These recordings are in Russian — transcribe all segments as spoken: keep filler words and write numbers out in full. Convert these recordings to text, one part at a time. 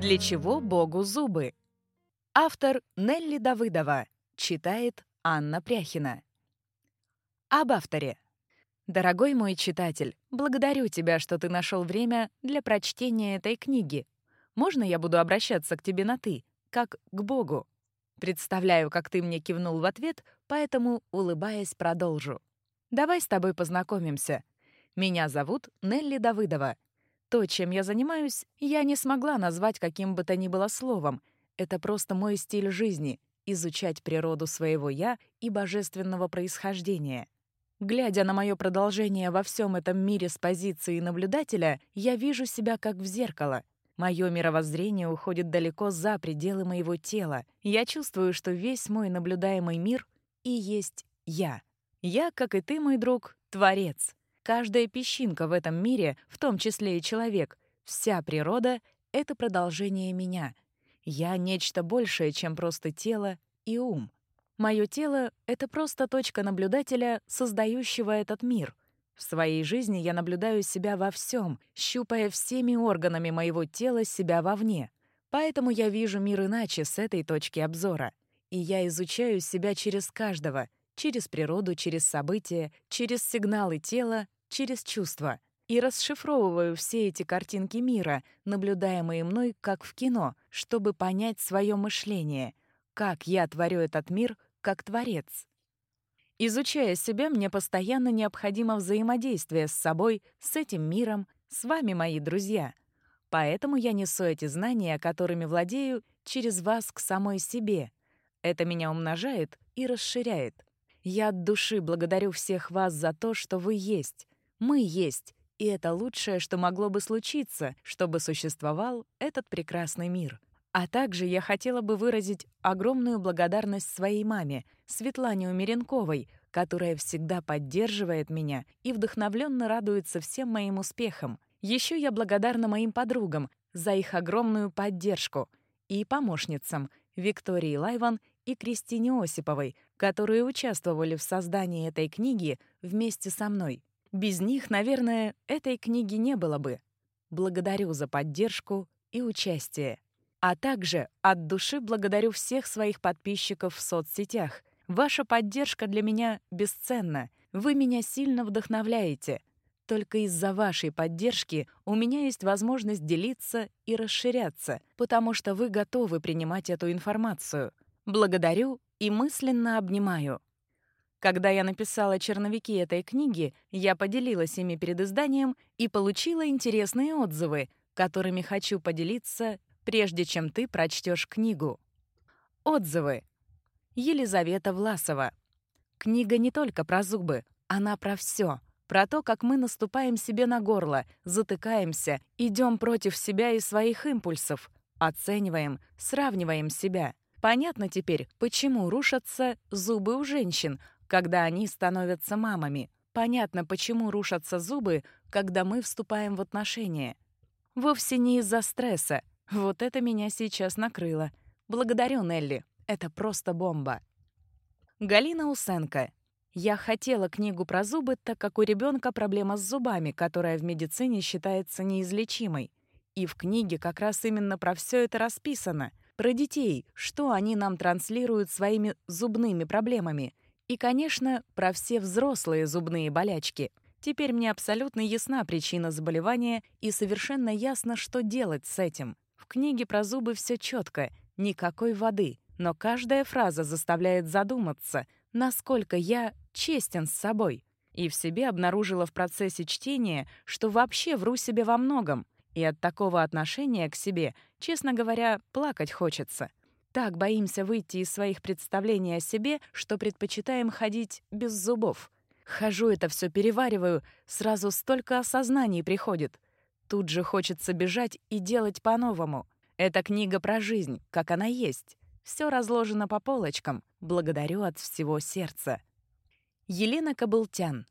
Для чего Богу зубы? Автор Нелли Давыдова. Читает Анна Пряхина. Об авторе. Дорогой мой читатель, благодарю тебя, что ты нашел время для прочтения этой книги. Можно я буду обращаться к тебе на «ты», как к Богу? Представляю, как ты мне кивнул в ответ, поэтому, улыбаясь, продолжу. Давай с тобой познакомимся. Меня зовут Нелли Давыдова. То, чем я занимаюсь, я не смогла назвать каким бы то ни было словом. Это просто мой стиль жизни — изучать природу своего «я» и божественного происхождения. Глядя на мое продолжение во всем этом мире с позиции наблюдателя, я вижу себя как в зеркало. Мое мировоззрение уходит далеко за пределы моего тела. Я чувствую, что весь мой наблюдаемый мир и есть я. Я, как и ты, мой друг, творец. Каждая песчинка в этом мире, в том числе и человек, вся природа — это продолжение меня. Я — нечто большее, чем просто тело и ум. Мое тело — это просто точка наблюдателя, создающего этот мир. В своей жизни я наблюдаю себя во всем, щупая всеми органами моего тела себя вовне. Поэтому я вижу мир иначе с этой точки обзора. И я изучаю себя через каждого, через природу, через события, через сигналы тела, через чувства. И расшифровываю все эти картинки мира, наблюдаемые мной как в кино, чтобы понять свое мышление, как я творю этот мир как творец. Изучая себя, мне постоянно необходимо взаимодействие с собой, с этим миром, с вами, мои друзья. Поэтому я несу эти знания, которыми владею, через вас к самой себе. Это меня умножает и расширяет. Я от души благодарю всех вас за то, что вы есть. Мы есть, и это лучшее, что могло бы случиться, чтобы существовал этот прекрасный мир. А также я хотела бы выразить огромную благодарность своей маме, Светлане Умеренковой, которая всегда поддерживает меня и вдохновленно радуется всем моим успехам. Еще я благодарна моим подругам за их огромную поддержку и помощницам Виктории Лайван и Кристине Осиповой, которые участвовали в создании этой книги вместе со мной. Без них, наверное, этой книги не было бы. Благодарю за поддержку и участие. А также от души благодарю всех своих подписчиков в соцсетях. Ваша поддержка для меня бесценна. Вы меня сильно вдохновляете. Только из-за вашей поддержки у меня есть возможность делиться и расширяться, потому что вы готовы принимать эту информацию. Благодарю и мысленно обнимаю. Когда я написала черновики этой книги, я поделилась ими перед изданием и получила интересные отзывы, которыми хочу поделиться, прежде чем ты прочтешь книгу. Отзывы. Елизавета Власова. Книга не только про зубы, она про все. Про то, как мы наступаем себе на горло, затыкаемся, идем против себя и своих импульсов, оцениваем, сравниваем себя. Понятно теперь, почему рушатся зубы у женщин, когда они становятся мамами. Понятно, почему рушатся зубы, когда мы вступаем в отношения. Вовсе не из-за стресса. Вот это меня сейчас накрыло. Благодарю, Нелли. Это просто бомба. Галина Усенко. Я хотела книгу про зубы, так как у ребенка проблема с зубами, которая в медицине считается неизлечимой. И в книге как раз именно про все это расписано. Про детей, что они нам транслируют своими зубными проблемами. И, конечно, про все взрослые зубные болячки. Теперь мне абсолютно ясна причина заболевания и совершенно ясно, что делать с этим. В книге про зубы все четко, никакой воды. Но каждая фраза заставляет задуматься, насколько я честен с собой. И в себе обнаружила в процессе чтения, что вообще вру себе во многом. И от такого отношения к себе, честно говоря, плакать хочется. Так боимся выйти из своих представлений о себе, что предпочитаем ходить без зубов. Хожу это все перевариваю, сразу столько осознаний приходит. Тут же хочется бежать и делать по-новому. Это книга про жизнь, как она есть. Все разложено по полочкам. Благодарю от всего сердца. Елена Кобылтян.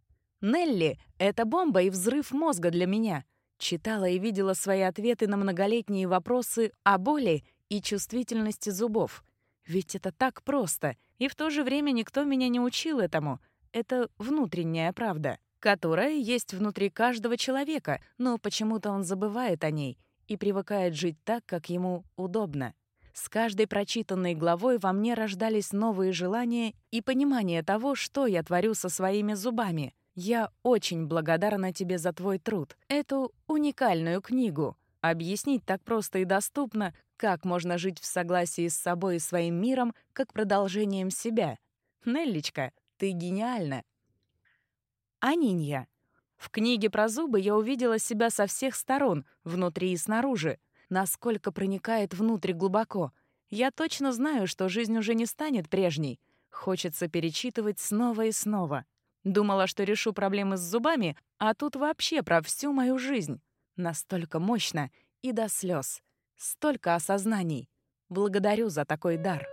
Нелли — это бомба и взрыв мозга для меня. Читала и видела свои ответы на многолетние вопросы о боли и чувствительности зубов. Ведь это так просто, и в то же время никто меня не учил этому. Это внутренняя правда, которая есть внутри каждого человека, но почему-то он забывает о ней и привыкает жить так, как ему удобно. С каждой прочитанной главой во мне рождались новые желания и понимание того, что я творю со своими зубами. Я очень благодарна тебе за твой труд, эту уникальную книгу. Объяснить так просто и доступно, как можно жить в согласии с собой и своим миром, как продолжением себя. Нелличка, ты гениальна. Анинья. В книге про зубы я увидела себя со всех сторон, внутри и снаружи. Насколько проникает внутрь глубоко. Я точно знаю, что жизнь уже не станет прежней. Хочется перечитывать снова и снова. Думала, что решу проблемы с зубами, а тут вообще про всю мою жизнь. Настолько мощно и до слез. Столько осознаний. Благодарю за такой дар.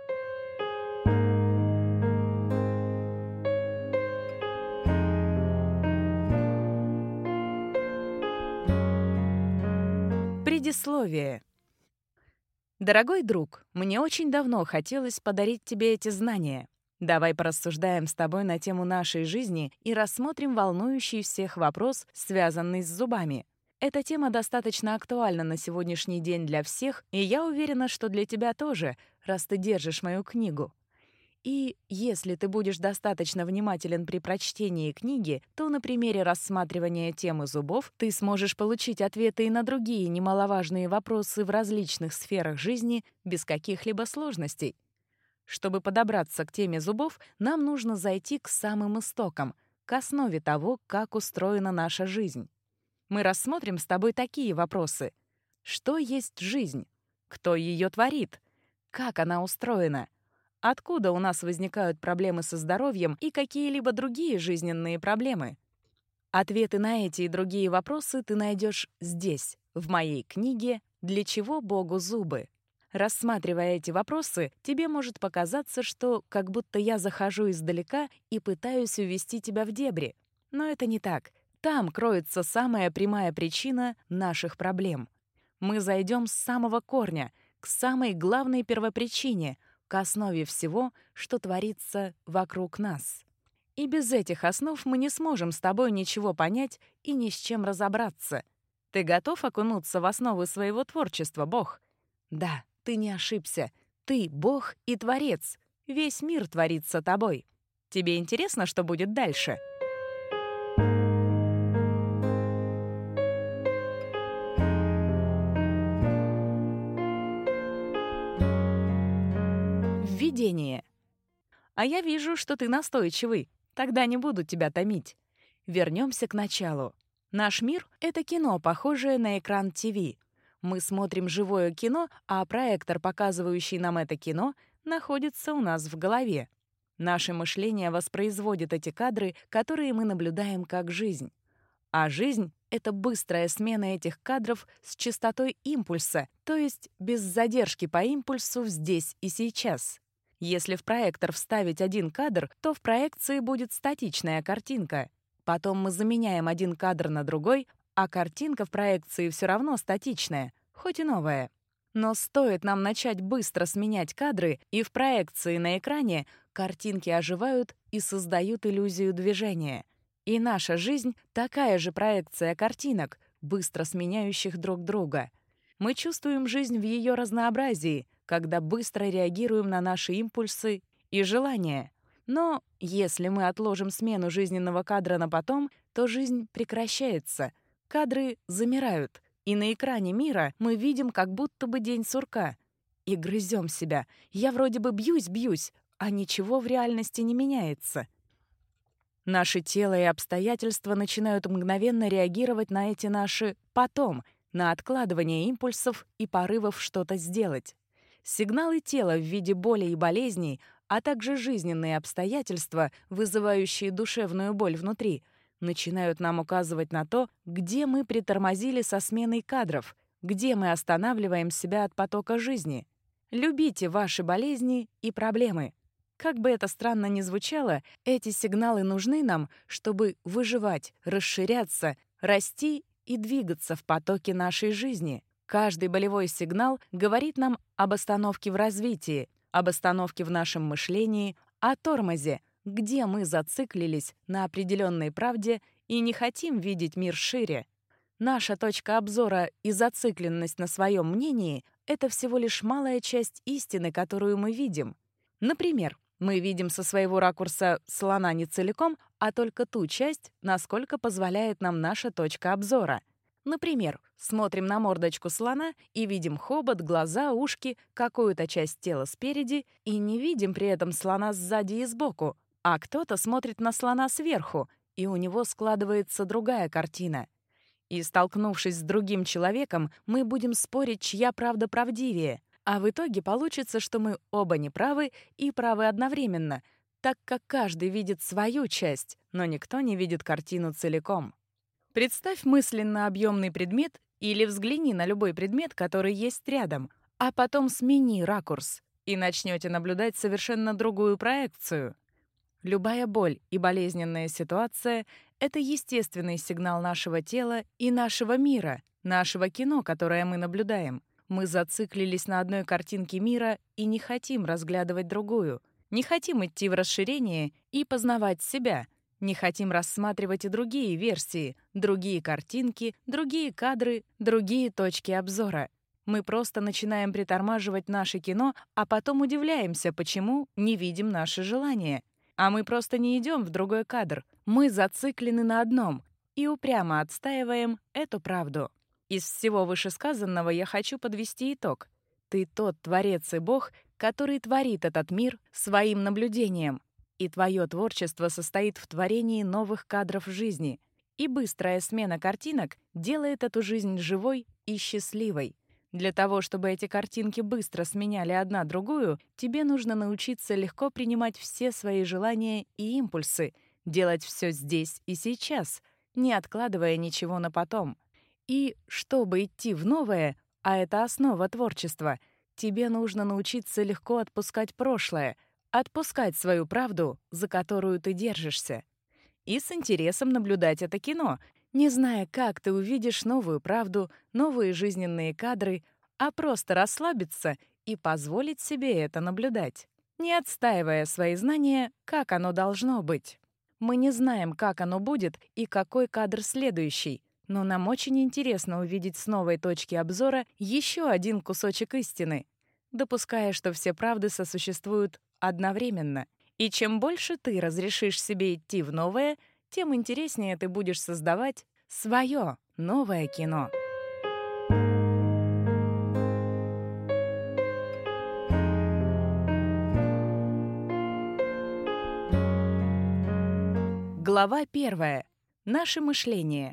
Предисловие. Дорогой друг, мне очень давно хотелось подарить тебе эти знания. Давай порассуждаем с тобой на тему нашей жизни и рассмотрим волнующий всех вопрос, связанный с зубами. Эта тема достаточно актуальна на сегодняшний день для всех, и я уверена, что для тебя тоже, раз ты держишь мою книгу. И если ты будешь достаточно внимателен при прочтении книги, то на примере рассматривания темы зубов ты сможешь получить ответы и на другие немаловажные вопросы в различных сферах жизни без каких-либо сложностей. Чтобы подобраться к теме зубов, нам нужно зайти к самым истокам, к основе того, как устроена наша жизнь. Мы рассмотрим с тобой такие вопросы. Что есть жизнь? Кто ее творит? Как она устроена? Откуда у нас возникают проблемы со здоровьем и какие-либо другие жизненные проблемы? Ответы на эти и другие вопросы ты найдешь здесь, в моей книге «Для чего Богу зубы?». Рассматривая эти вопросы, тебе может показаться, что как будто я захожу издалека и пытаюсь увести тебя в дебри. Но это не так. Там кроется самая прямая причина наших проблем. Мы зайдем с самого корня, к самой главной первопричине — к основе всего, что творится вокруг нас. И без этих основ мы не сможем с тобой ничего понять и ни с чем разобраться. Ты готов окунуться в основы своего творчества, Бог? Да, ты не ошибся. Ты — Бог и Творец. Весь мир творится тобой. Тебе интересно, что будет дальше? Введение. А я вижу, что ты настойчивый. Тогда не буду тебя томить. Вернемся к началу. Наш мир — это кино, похожее на экран ти ви. Мы смотрим живое кино, а проектор, показывающий нам это кино, находится у нас в голове. Наше мышление воспроизводит эти кадры, которые мы наблюдаем как жизнь. А жизнь — это быстрая смена этих кадров с частотой импульса, то есть без задержки по импульсу здесь и сейчас. Если в проектор вставить один кадр, то в проекции будет статичная картинка. Потом мы заменяем один кадр на другой, а картинка в проекции все равно статичная, хоть и новая. Но стоит нам начать быстро сменять кадры, и в проекции на экране картинки оживают и создают иллюзию движения. И наша жизнь — такая же проекция картинок, быстро сменяющих друг друга. Мы чувствуем жизнь в ее разнообразии, когда быстро реагируем на наши импульсы и желания. Но если мы отложим смену жизненного кадра на потом, то жизнь прекращается, кадры замирают, и на экране мира мы видим как будто бы день сурка. И грызем себя. Я вроде бы бьюсь-бьюсь, а ничего в реальности не меняется. Наше тело и обстоятельства начинают мгновенно реагировать на эти наши «потом», на откладывание импульсов и порывов что-то сделать. Сигналы тела в виде боли и болезней, а также жизненные обстоятельства, вызывающие душевную боль внутри, начинают нам указывать на то, где мы притормозили со сменой кадров, где мы останавливаем себя от потока жизни. Любите ваши болезни и проблемы. Как бы это странно ни звучало, эти сигналы нужны нам, чтобы выживать, расширяться, расти и двигаться в потоке нашей жизни. Каждый болевой сигнал говорит нам об остановке в развитии, об остановке в нашем мышлении, о тормозе, где мы зациклились на определенной правде и не хотим видеть мир шире. Наша точка обзора и зацикленность на своем мнении — это всего лишь малая часть истины, которую мы видим. Например, мы видим со своего ракурса слона не целиком, а только ту часть, насколько позволяет нам наша точка обзора. Например, смотрим на мордочку слона и видим хобот, глаза, ушки, какую-то часть тела спереди, и не видим при этом слона сзади и сбоку. А кто-то смотрит на слона сверху, и у него складывается другая картина. И, столкнувшись с другим человеком, мы будем спорить, чья правда правдивее. А в итоге получится, что мы оба неправы и правы одновременно, так как каждый видит свою часть, но никто не видит картину целиком. Представь мысленно объемный предмет или взгляни на любой предмет, который есть рядом, а потом смени ракурс, и начнете наблюдать совершенно другую проекцию. Любая боль и болезненная ситуация — это естественный сигнал нашего тела и нашего мира, нашего кино, которое мы наблюдаем. Мы зациклились на одной картинке мира и не хотим разглядывать другую, не хотим идти в расширение и познавать себя, не хотим рассматривать и другие версии, другие картинки, другие кадры, другие точки обзора. Мы просто начинаем притормаживать наше кино, а потом удивляемся, почему не видим наши желания. А мы просто не идем в другой кадр. Мы зациклены на одном и упрямо отстаиваем эту правду. Из всего вышесказанного я хочу подвести итог. Ты тот творец и бог, который творит этот мир своим наблюдением. И твое творчество состоит в творении новых кадров жизни. И быстрая смена картинок делает эту жизнь живой и счастливой. Для того, чтобы эти картинки быстро сменяли одна другую, тебе нужно научиться легко принимать все свои желания и импульсы, делать все здесь и сейчас, не откладывая ничего на потом. И чтобы идти в новое, а это основа творчества, тебе нужно научиться легко отпускать прошлое, отпускать свою правду, за которую ты держишься. И с интересом наблюдать это кино, не зная, как ты увидишь новую правду, новые жизненные кадры, а просто расслабиться и позволить себе это наблюдать, не отстаивая свои знания, как оно должно быть. Мы не знаем, как оно будет и какой кадр следующий, но нам очень интересно увидеть с новой точки обзора еще один кусочек истины, допуская, что все правды сосуществуют одновременно. И чем больше ты разрешишь себе идти в новое, тем интереснее ты будешь создавать свое новое кино. Глава первая. Наше мышление.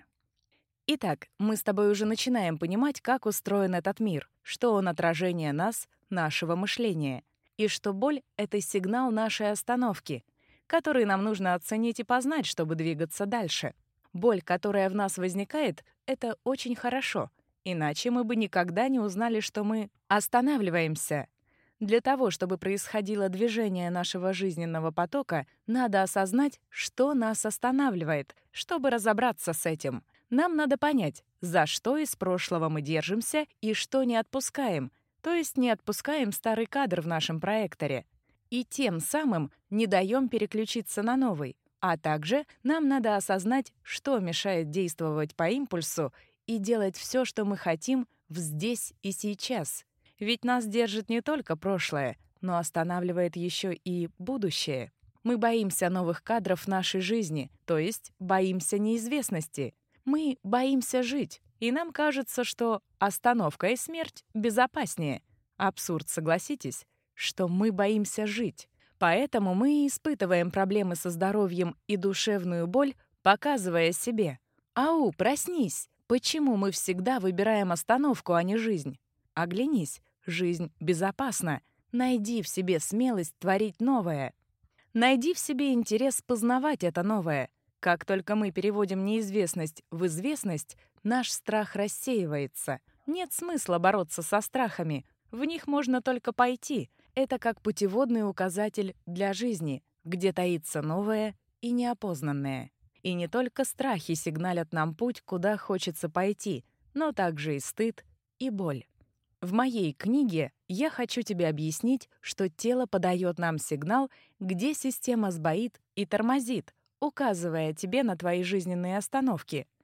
Итак, мы с тобой уже начинаем понимать, как устроен этот мир, что он отражение нас, нашего мышления, и что боль — это сигнал нашей остановки, который нам нужно оценить и познать, чтобы двигаться дальше. Боль, которая в нас возникает, — это очень хорошо, иначе мы бы никогда не узнали, что мы останавливаемся. Для того, чтобы происходило движение нашего жизненного потока, надо осознать, что нас останавливает, чтобы разобраться с этим. Нам надо понять, за что из прошлого мы держимся и что не отпускаем, то есть не отпускаем старый кадр в нашем проекторе. И тем самым не даем переключиться на новый. А также нам надо осознать, что мешает действовать по импульсу и делать все, что мы хотим, в здесь и сейчас. Ведь нас держит не только прошлое, но останавливает еще и будущее. Мы боимся новых кадров нашей жизни, то есть боимся неизвестности. Мы боимся жить, и нам кажется, что остановка и смерть безопаснее. Абсурд, согласитесь, что мы боимся жить. Поэтому мы и испытываем проблемы со здоровьем и душевную боль, показывая себе: «Ау, проснись! Почему мы всегда выбираем остановку, а не жизнь? Оглянись, жизнь безопасна. Найди в себе смелость творить новое. Найди в себе интерес познавать это новое. Как только мы переводим неизвестность в известность, наш страх рассеивается. Нет смысла бороться со страхами. В них можно только пойти. Это как путеводный указатель для жизни, где таится новое и неопознанное. И не только страхи сигналят нам путь, куда хочется пойти, но также и стыд, и боль. В моей книге я хочу тебе объяснить, что тело подает нам сигнал, где система сбоит и тормозит, указывая тебе на твои жизненные остановки.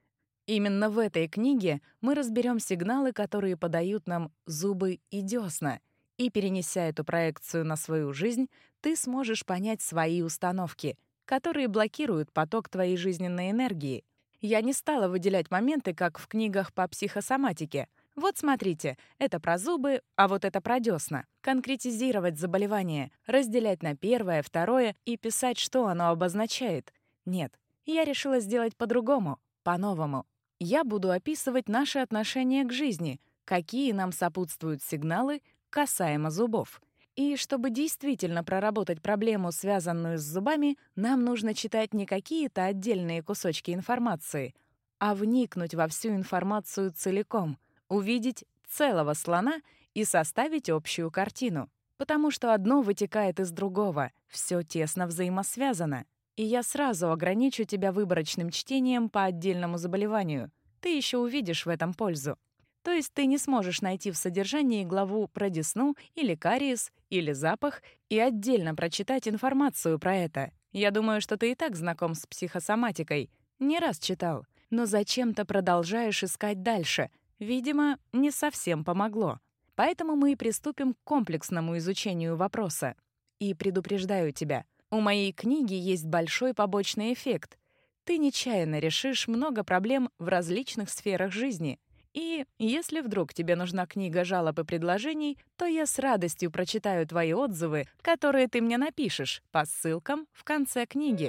Именно в этой книге мы разберем сигналы, которые подают нам зубы и десна. И, перенеся эту проекцию на свою жизнь, ты сможешь понять свои установки, которые блокируют поток твоей жизненной энергии. Я не стала выделять моменты, как в книгах по психосоматике. Вот смотрите, это про зубы, а вот это про десна. Конкретизировать заболевание, разделять на первое, второе и писать, что оно обозначает. Нет, я решила сделать по-другому, по-новому. Я буду описывать наши отношения к жизни, какие нам сопутствуют сигналы касаемо зубов. И чтобы действительно проработать проблему, связанную с зубами, нам нужно читать не какие-то отдельные кусочки информации, а вникнуть во всю информацию целиком, увидеть целого слона и составить общую картину. Потому что одно вытекает из другого, все тесно взаимосвязано. И я сразу ограничу тебя выборочным чтением по отдельному заболеванию. Ты еще увидишь в этом пользу. То есть ты не сможешь найти в содержании главу про десну или кариес, или запах и отдельно прочитать информацию про это. Я думаю, что ты и так знаком с психосоматикой. Не раз читал. Но зачем-то продолжаешь искать дальше. Видимо, не совсем помогло. Поэтому мы и приступим к комплексному изучению вопроса. И предупреждаю тебя, у моей книги есть большой побочный эффект. Ты нечаянно решишь много проблем в различных сферах жизни. И если вдруг тебе нужна книга жалоб и предложений, то я с радостью прочитаю твои отзывы, которые ты мне напишешь по ссылкам в конце книги.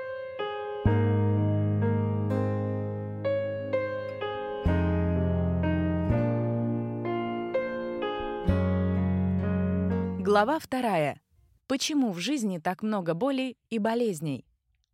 Глава вторая. Почему в жизни так много боли и болезней?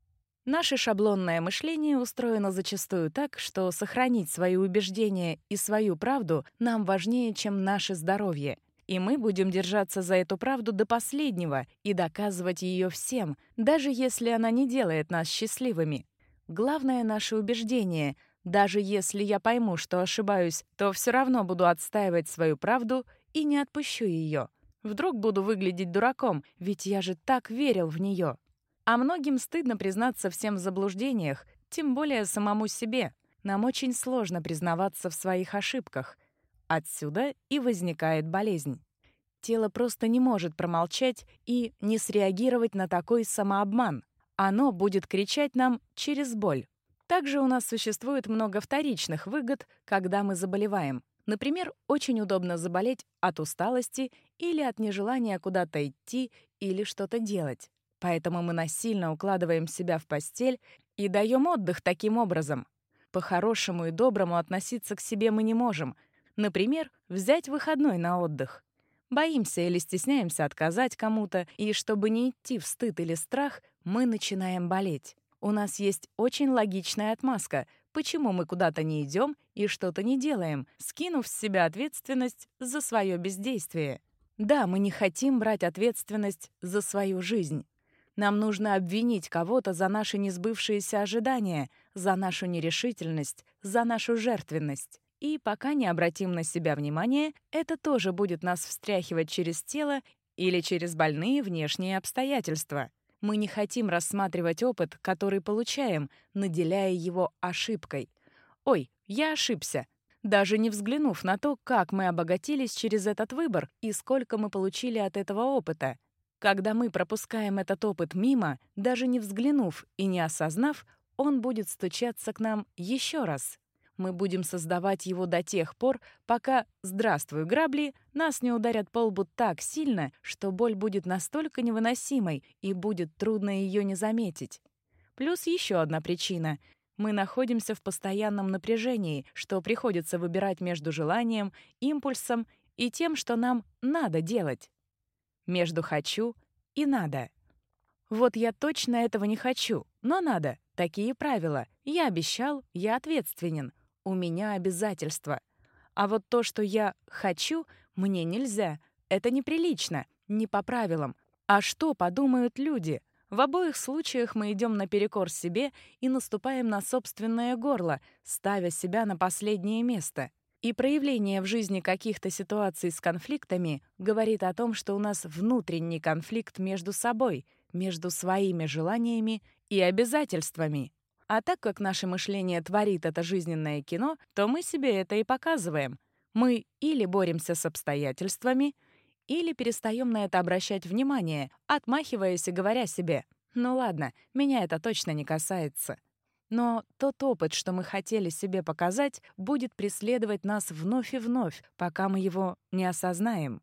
Наше шаблонное мышление устроено зачастую так, что сохранить свои убеждения и свою правду нам важнее, чем наше здоровье. И мы будем держаться за эту правду до последнего и доказывать ее всем, даже если она не делает нас счастливыми. Главное — наше убеждение. Даже если я пойму, что ошибаюсь, то все равно буду отстаивать свою правду и не отпущу ее. Вдруг буду выглядеть дураком, ведь я же так верил в нее. А многим стыдно признаться всем в заблуждениях, тем более самому себе. Нам очень сложно признаваться в своих ошибках. Отсюда и возникает болезнь. Тело просто не может промолчать и не среагировать на такой самообман. Оно будет кричать нам через боль. Также у нас существует много вторичных выгод, когда мы заболеваем. Например, очень удобно заболеть от усталости или от нежелания куда-то идти или что-то делать. Поэтому мы насильно укладываем себя в постель и даем отдых таким образом. По-хорошему и доброму относиться к себе мы не можем. Например, взять выходной на отдых. Боимся или стесняемся отказать кому-то, и чтобы не идти в стыд или страх, мы начинаем болеть. У нас есть очень логичная отмазка, почему мы куда-то не идем и что-то не делаем, скинув с себя ответственность за свое бездействие. Да, мы не хотим брать ответственность за свою жизнь. Нам нужно обвинить кого-то за наши несбывшиеся ожидания, за нашу нерешительность, за нашу жертвенность. И пока не обратим на себя внимание, это тоже будет нас встряхивать через тело или через больные внешние обстоятельства. Мы не хотим рассматривать опыт, который получаем, наделяя его ошибкой. «Ой, я ошибся», даже не взглянув на то, как мы обогатились через этот выбор и сколько мы получили от этого опыта. Когда мы пропускаем этот опыт мимо, даже не взглянув и не осознав, он будет стучаться к нам еще раз. Мы будем создавать его до тех пор, пока «здравствуй, грабли» нас не ударят по лбу так сильно, что боль будет настолько невыносимой и будет трудно ее не заметить. Плюс еще одна причина. Мы находимся в постоянном напряжении, что приходится выбирать между желанием, импульсом и тем, что нам надо делать. Между «хочу» и «надо». Вот я точно этого не хочу, но надо. Такие правила. Я обещал, я ответственен. У меня обязательства. А вот то, что я хочу, мне нельзя. Это неприлично, не по правилам. А что подумают люди? В обоих случаях мы идем наперекор себе и наступаем на собственное горло, ставя себя на последнее место. И проявление в жизни каких-то ситуаций с конфликтами говорит о том, что у нас внутренний конфликт между собой, между своими желаниями и обязательствами. А так как наше мышление творит это жизненное кино, то мы себе это и показываем. Мы или боремся с обстоятельствами, или перестаем на это обращать внимание, отмахиваясь и говоря себе: «Ну ладно, меня это точно не касается». Но тот опыт, что мы хотели себе показать, будет преследовать нас вновь и вновь, пока мы его не осознаем.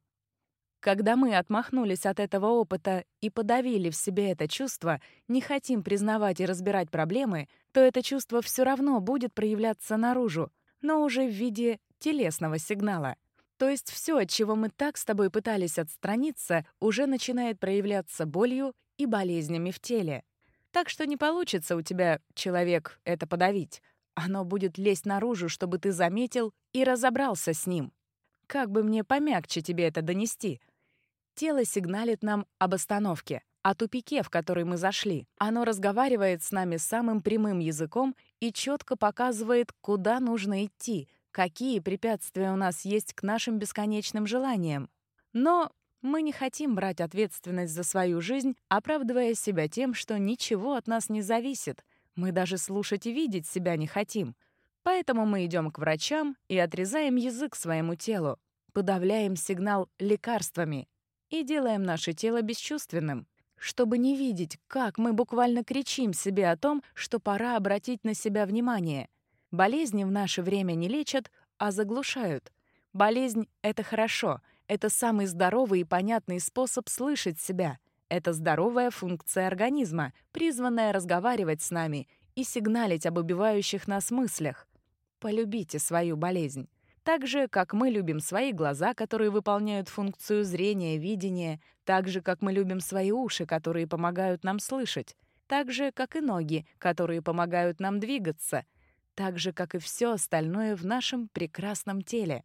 Когда мы отмахнулись от этого опыта и подавили в себе это чувство, не хотим признавать и разбирать проблемы, то это чувство все равно будет проявляться наружу, но уже в виде телесного сигнала. То есть все, от чего мы так с тобой пытались отстраниться, уже начинает проявляться болью и болезнями в теле. Так что не получится у тебя, человек, это подавить. Оно будет лезть наружу, чтобы ты заметил и разобрался с ним. Как бы мне помягче тебе это донести? Тело сигналит нам об остановке, о тупике, в который мы зашли. Оно разговаривает с нами самым прямым языком и четко показывает, куда нужно идти, какие препятствия у нас есть к нашим бесконечным желаниям. Но мы не хотим брать ответственность за свою жизнь, оправдывая себя тем, что ничего от нас не зависит. Мы даже слушать и видеть себя не хотим. Поэтому мы идем к врачам и отрезаем язык своему телу, подавляем сигнал лекарствами и делаем наше тело бесчувственным, чтобы не видеть, как мы буквально кричим себе о том, что пора обратить на себя внимание. Болезни в наше время не лечат, а заглушают. Болезнь — это хорошо, это самый здоровый и понятный способ слышать себя. Это здоровая функция организма, призванная разговаривать с нами и сигналить об убивающих нас мыслях. Полюбите свою болезнь. Так же, как мы любим свои глаза, которые выполняют функцию зрения, видения, так же, как мы любим свои уши, которые помогают нам слышать, так же, как и ноги, которые помогают нам двигаться, так же, как и все остальное в нашем прекрасном теле.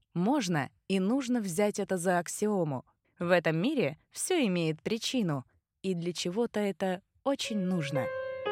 Можно и нужно взять это за аксиому. В этом мире все имеет причину, и для чего-то это очень нужно.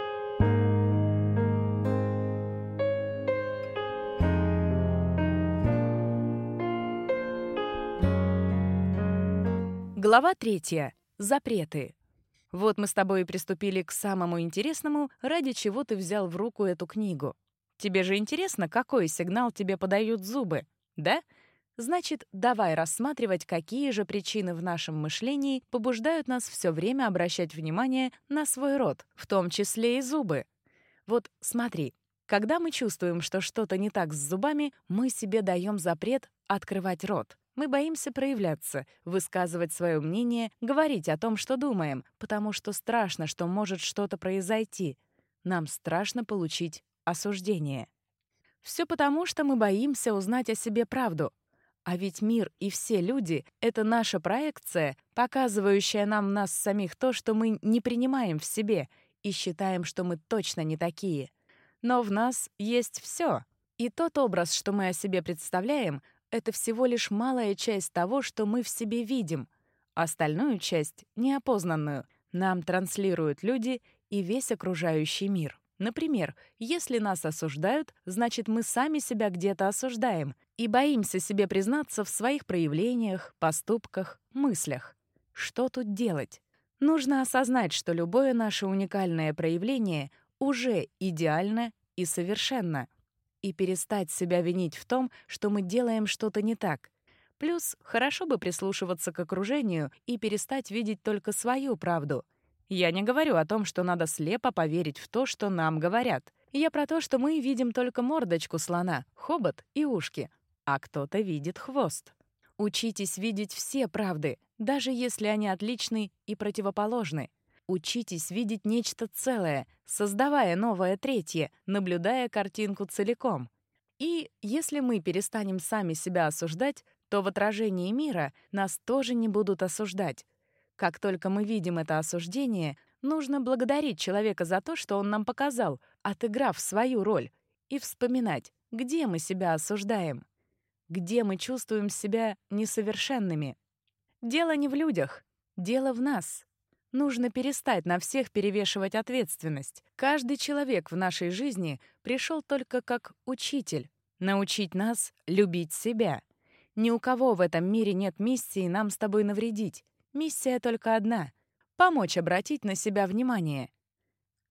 Глава третья. Запреты. Вот мы с тобой и приступили к самому интересному, ради чего ты взял в руку эту книгу. Тебе же интересно, какой сигнал тебе подают зубы, да? Значит, давай рассматривать, какие же причины в нашем мышлении побуждают нас все время обращать внимание на свой рот, в том числе и зубы. Вот смотри, когда мы чувствуем, что что-то не так с зубами, мы себе даем запрет открывать рот. Мы боимся проявляться, высказывать свое мнение, говорить о том, что думаем, потому что страшно, что может что-то произойти. Нам страшно получить осуждение. Все потому, что мы боимся узнать о себе правду. А ведь мир и все люди — это наша проекция, показывающая нам в нас самих то, что мы не принимаем в себе и считаем, что мы точно не такие. Но в нас есть все. И тот образ, что мы о себе представляем, это всего лишь малая часть того, что мы в себе видим. Остальную часть, неопознанную, нам транслируют люди и весь окружающий мир. Например, если нас осуждают, значит, мы сами себя где-то осуждаем и боимся себе признаться в своих проявлениях, поступках, мыслях. Что тут делать? Нужно осознать, что любое наше уникальное проявление уже идеально и совершенно, и перестать себя винить в том, что мы делаем что-то не так. Плюс хорошо бы прислушиваться к окружению и перестать видеть только свою правду. Я не говорю о том, что надо слепо поверить в то, что нам говорят. Я про то, что мы видим только мордочку слона, хобот и ушки, а кто-то видит хвост. Учитесь видеть все правды, даже если они отличны и противоположны. Учитесь видеть нечто целое, создавая новое третье, наблюдая картинку целиком. И если мы перестанем сами себя осуждать, то в отражении мира нас тоже не будут осуждать. Как только мы видим это осуждение, нужно благодарить человека за то, что он нам показал, отыграв свою роль, и вспоминать, где мы себя осуждаем, где мы чувствуем себя несовершенными. Дело не в людях, дело в нас. Нужно перестать на всех перевешивать ответственность. Каждый человек в нашей жизни пришел только как учитель, научить нас любить себя. Ни у кого в этом мире нет миссии нам с тобой навредить. Миссия только одна — помочь обратить на себя внимание.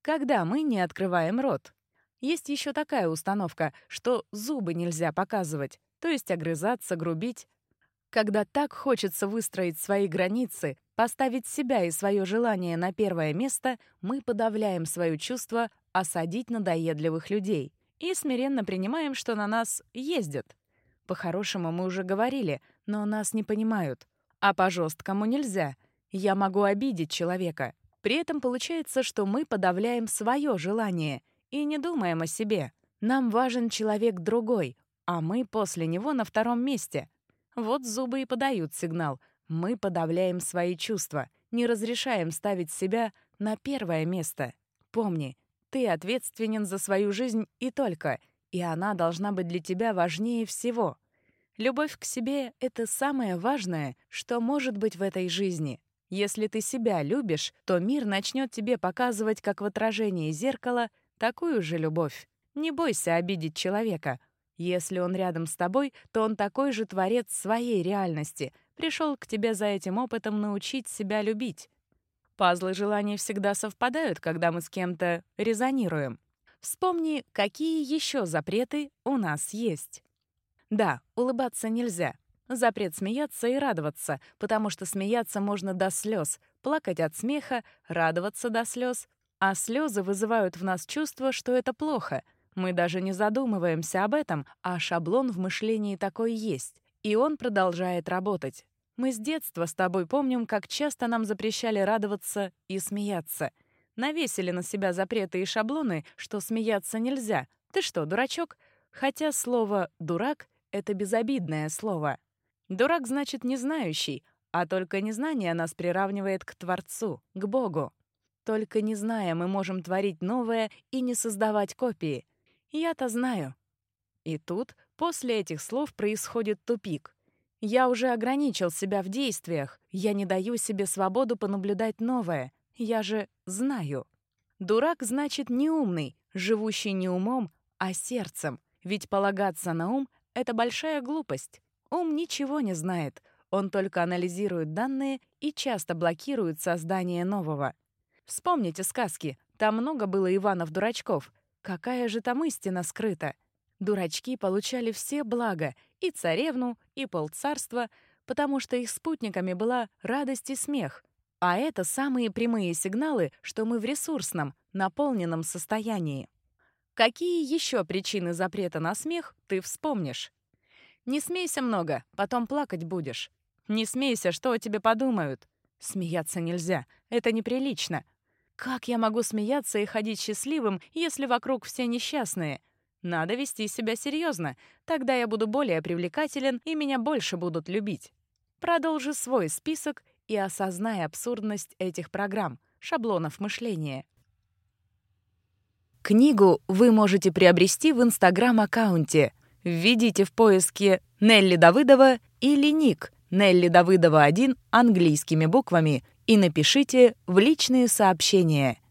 когда мы не открываем рот. Есть еще такая установка, что зубы нельзя показывать, то есть огрызаться, грубить. Когда так хочется выстроить свои границы, поставить себя и свое желание на первое место, мы подавляем свое чувство осадить надоедливых людей и смиренно принимаем, что на нас ездят. По-хорошему мы уже говорили, но нас не понимают. А по-жесткому нельзя. Я могу обидеть человека. При этом получается, что мы подавляем свое желание и не думаем о себе. Нам важен человек другой, а мы после него на втором месте. Вот зубы и подают сигнал. Мы подавляем свои чувства, не разрешаем ставить себя на первое место. Помни, ты ответственен за свою жизнь и только, и она должна быть для тебя важнее всего. Любовь к себе — это самое важное, что может быть в этой жизни. Если ты себя любишь, то мир начнет тебе показывать, как в отражении зеркала, такую же любовь. Не бойся обидеть человека. Если он рядом с тобой, то он такой же творец своей реальности, пришел к тебе за этим опытом научить себя любить. Пазлы желаний всегда совпадают, когда мы с кем-то резонируем. Вспомни, какие еще запреты у нас есть. Да, улыбаться нельзя. Запрет смеяться и радоваться, потому что смеяться можно до слез, плакать от смеха, радоваться до слез. А слезы вызывают в нас чувство, что это плохо. Мы даже не задумываемся об этом, а шаблон в мышлении такой есть. И он продолжает работать. Мы с детства с тобой помним, как часто нам запрещали радоваться и смеяться. Навесили на себя запреты и шаблоны, что смеяться нельзя. Ты что, дурачок? Хотя слово «дурак» — это безобидное слово. Дурак значит не знающий, а только незнание нас приравнивает к Творцу, к Богу. Только не зная, мы можем творить новое и не создавать копии. Я-то знаю. И тут, после этих слов, происходит тупик. Я уже ограничил себя в действиях, я не даю себе свободу понаблюдать новое. Я же знаю. Дурак значит неумный, живущий не умом, а сердцем. Ведь полагаться на ум — это большая глупость. Ум ничего не знает, он только анализирует данные и часто блокирует создание нового. Вспомните сказки, там много было Иванов-дурачков. Какая же там истина скрыта? Дурачки получали все блага, и царевну, и полцарства, потому что их спутниками была радость и смех. А это самые прямые сигналы, что мы в ресурсном, наполненном состоянии. Какие еще причины запрета на смех ты вспомнишь? Не смейся много, потом плакать будешь. Не смейся, что о тебе подумают. Смеяться нельзя, это неприлично. Как я могу смеяться и ходить счастливым, если вокруг все несчастные? Надо вести себя серьезно, тогда я буду более привлекателен и меня больше будут любить. Продолжи свой список и осознай абсурдность этих программ, шаблонов мышления. Книгу вы можете приобрести в Инстаграм-аккаунте. Введите в поиске Нелли Давыдова или ник Нелли Давыдова один английскими буквами и напишите в личные сообщения.